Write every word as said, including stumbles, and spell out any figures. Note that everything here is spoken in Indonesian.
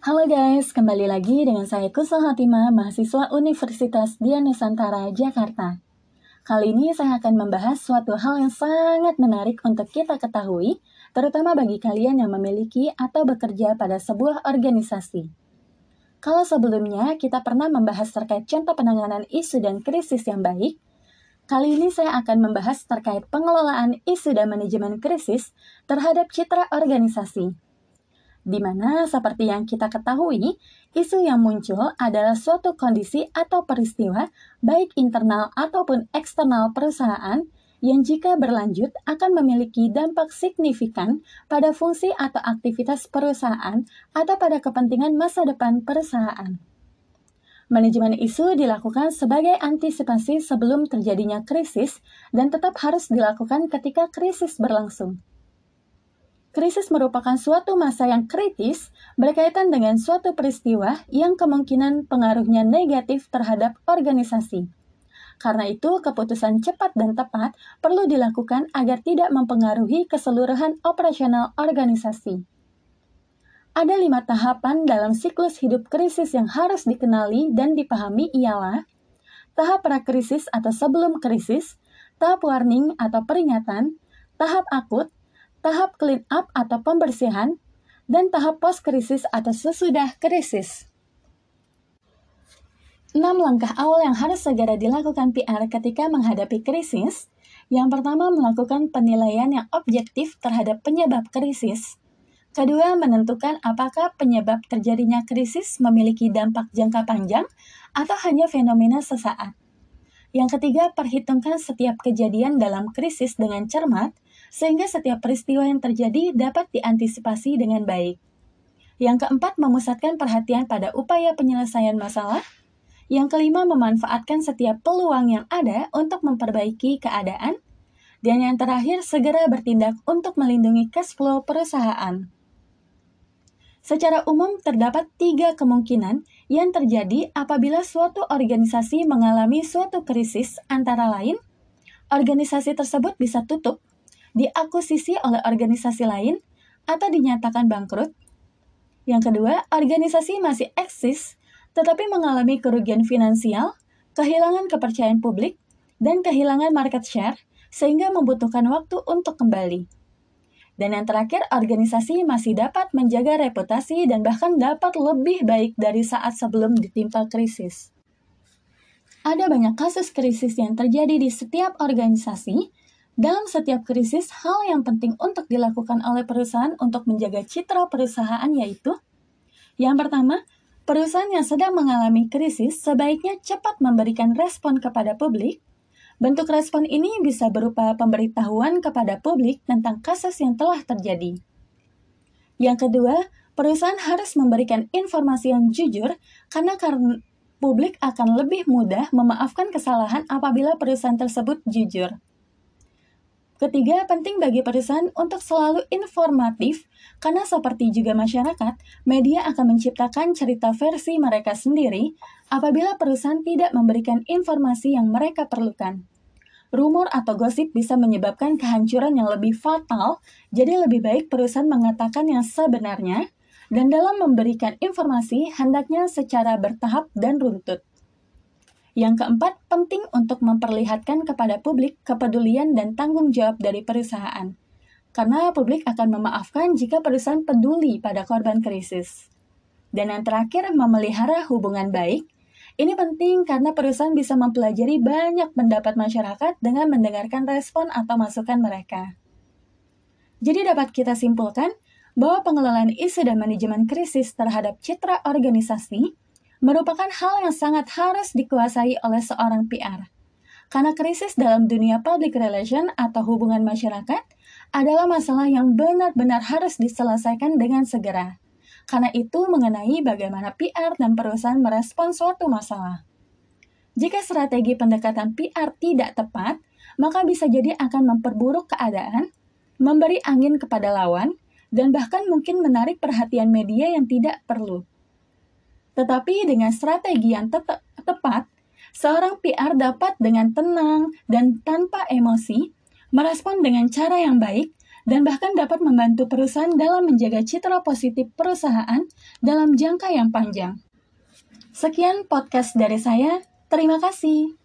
Halo guys, kembali lagi dengan saya Kusal Hatimah, mahasiswa Universitas Dian Nusantara, Jakarta. Kali ini saya akan membahas suatu hal yang sangat menarik untuk kita ketahui, terutama bagi kalian yang memiliki atau bekerja pada sebuah organisasi. Kalau sebelumnya kita pernah membahas terkait contoh penanganan isu dan krisis yang baik, kali ini saya akan membahas terkait pengelolaan isu dan manajemen krisis terhadap citra organisasi. Di mana seperti yang kita ketahui, isu yang muncul adalah suatu kondisi atau peristiwa baik internal ataupun eksternal perusahaan yang jika berlanjut akan memiliki dampak signifikan pada fungsi atau aktivitas perusahaan atau pada kepentingan masa depan perusahaan. Manajemen isu dilakukan sebagai antisipasi sebelum terjadinya krisis dan tetap harus dilakukan ketika krisis berlangsung. Krisis merupakan suatu masa yang kritis berkaitan dengan suatu peristiwa yang kemungkinan pengaruhnya negatif terhadap organisasi. Karena itu, keputusan cepat dan tepat perlu dilakukan agar tidak mempengaruhi keseluruhan operasional organisasi. Ada lima tahapan dalam siklus hidup krisis yang harus dikenali dan dipahami ialah tahap prakrisis atau sebelum krisis, tahap warning atau peringatan, tahap akut, tahap clean up atau pembersihan, dan tahap post-krisis atau sesudah krisis. enam langkah awal yang harus segera dilakukan P R ketika menghadapi krisis. Yang pertama, melakukan penilaian yang objektif terhadap penyebab krisis. Kedua, menentukan apakah penyebab terjadinya krisis memiliki dampak jangka panjang atau hanya fenomena sesaat. Yang ketiga, perhitungkan setiap kejadian dalam krisis dengan cermat, sehingga setiap peristiwa yang terjadi dapat diantisipasi dengan baik. Yang keempat, memusatkan perhatian pada upaya penyelesaian masalah. Yang kelima, memanfaatkan setiap peluang yang ada untuk memperbaiki keadaan. Dan yang terakhir, segera bertindak untuk melindungi cash flow perusahaan. Secara umum, terdapat tiga kemungkinan yang terjadi apabila suatu organisasi mengalami suatu krisis, antara lain, organisasi tersebut bisa tutup, diakuisisi oleh organisasi lain, atau dinyatakan bangkrut. Yang kedua, organisasi masih eksis, tetapi mengalami kerugian finansial, kehilangan kepercayaan publik, dan kehilangan market share, sehingga membutuhkan waktu untuk kembali. Dan yang terakhir, organisasi masih dapat menjaga reputasi dan bahkan dapat lebih baik dari saat sebelum ditimpa krisis. Ada banyak kasus krisis yang terjadi di setiap organisasi. Dalam setiap krisis, hal yang penting untuk dilakukan oleh perusahaan untuk menjaga citra perusahaan yaitu: yang pertama, perusahaan yang sedang mengalami krisis sebaiknya cepat memberikan respon kepada publik. Bentuk respon ini bisa berupa pemberitahuan kepada publik tentang kasus yang telah terjadi. Yang kedua, perusahaan harus memberikan informasi yang jujur karena, karena publik akan lebih mudah memaafkan kesalahan apabila perusahaan tersebut jujur. Ketiga, penting bagi perusahaan untuk selalu informatif karena seperti juga masyarakat, media akan menciptakan cerita versi mereka sendiri apabila perusahaan tidak memberikan informasi yang mereka perlukan. Rumor atau gosip bisa menyebabkan kehancuran yang lebih fatal, jadi lebih baik perusahaan mengatakan yang sebenarnya, dan dalam memberikan informasi hendaknya secara bertahap dan runtut. Yang keempat, penting untuk memperlihatkan kepada publik kepedulian dan tanggung jawab dari perusahaan, karena publik akan memaafkan jika perusahaan peduli pada korban krisis. Dan yang terakhir, memelihara hubungan baik. Ini penting karena perusahaan bisa mempelajari banyak pendapat masyarakat dengan mendengarkan respon atau masukan mereka. Jadi dapat kita simpulkan bahwa pengelolaan isu dan manajemen krisis terhadap citra organisasi merupakan hal yang sangat harus dikuasai oleh seorang P R. Karena krisis dalam dunia public relation atau hubungan masyarakat adalah masalah yang benar-benar harus diselesaikan dengan segera. Karena itu mengenai bagaimana P R dan perusahaan merespon suatu masalah. Jika strategi pendekatan P R tidak tepat, maka bisa jadi akan memperburuk keadaan, memberi angin kepada lawan, dan bahkan mungkin menarik perhatian media yang tidak perlu. Tetapi dengan strategi yang te- tepat, seorang P R dapat dengan tenang dan tanpa emosi merespon dengan cara yang baik dan bahkan dapat membantu perusahaan dalam menjaga citra positif perusahaan dalam jangka yang panjang. Sekian podcast dari saya, terima kasih.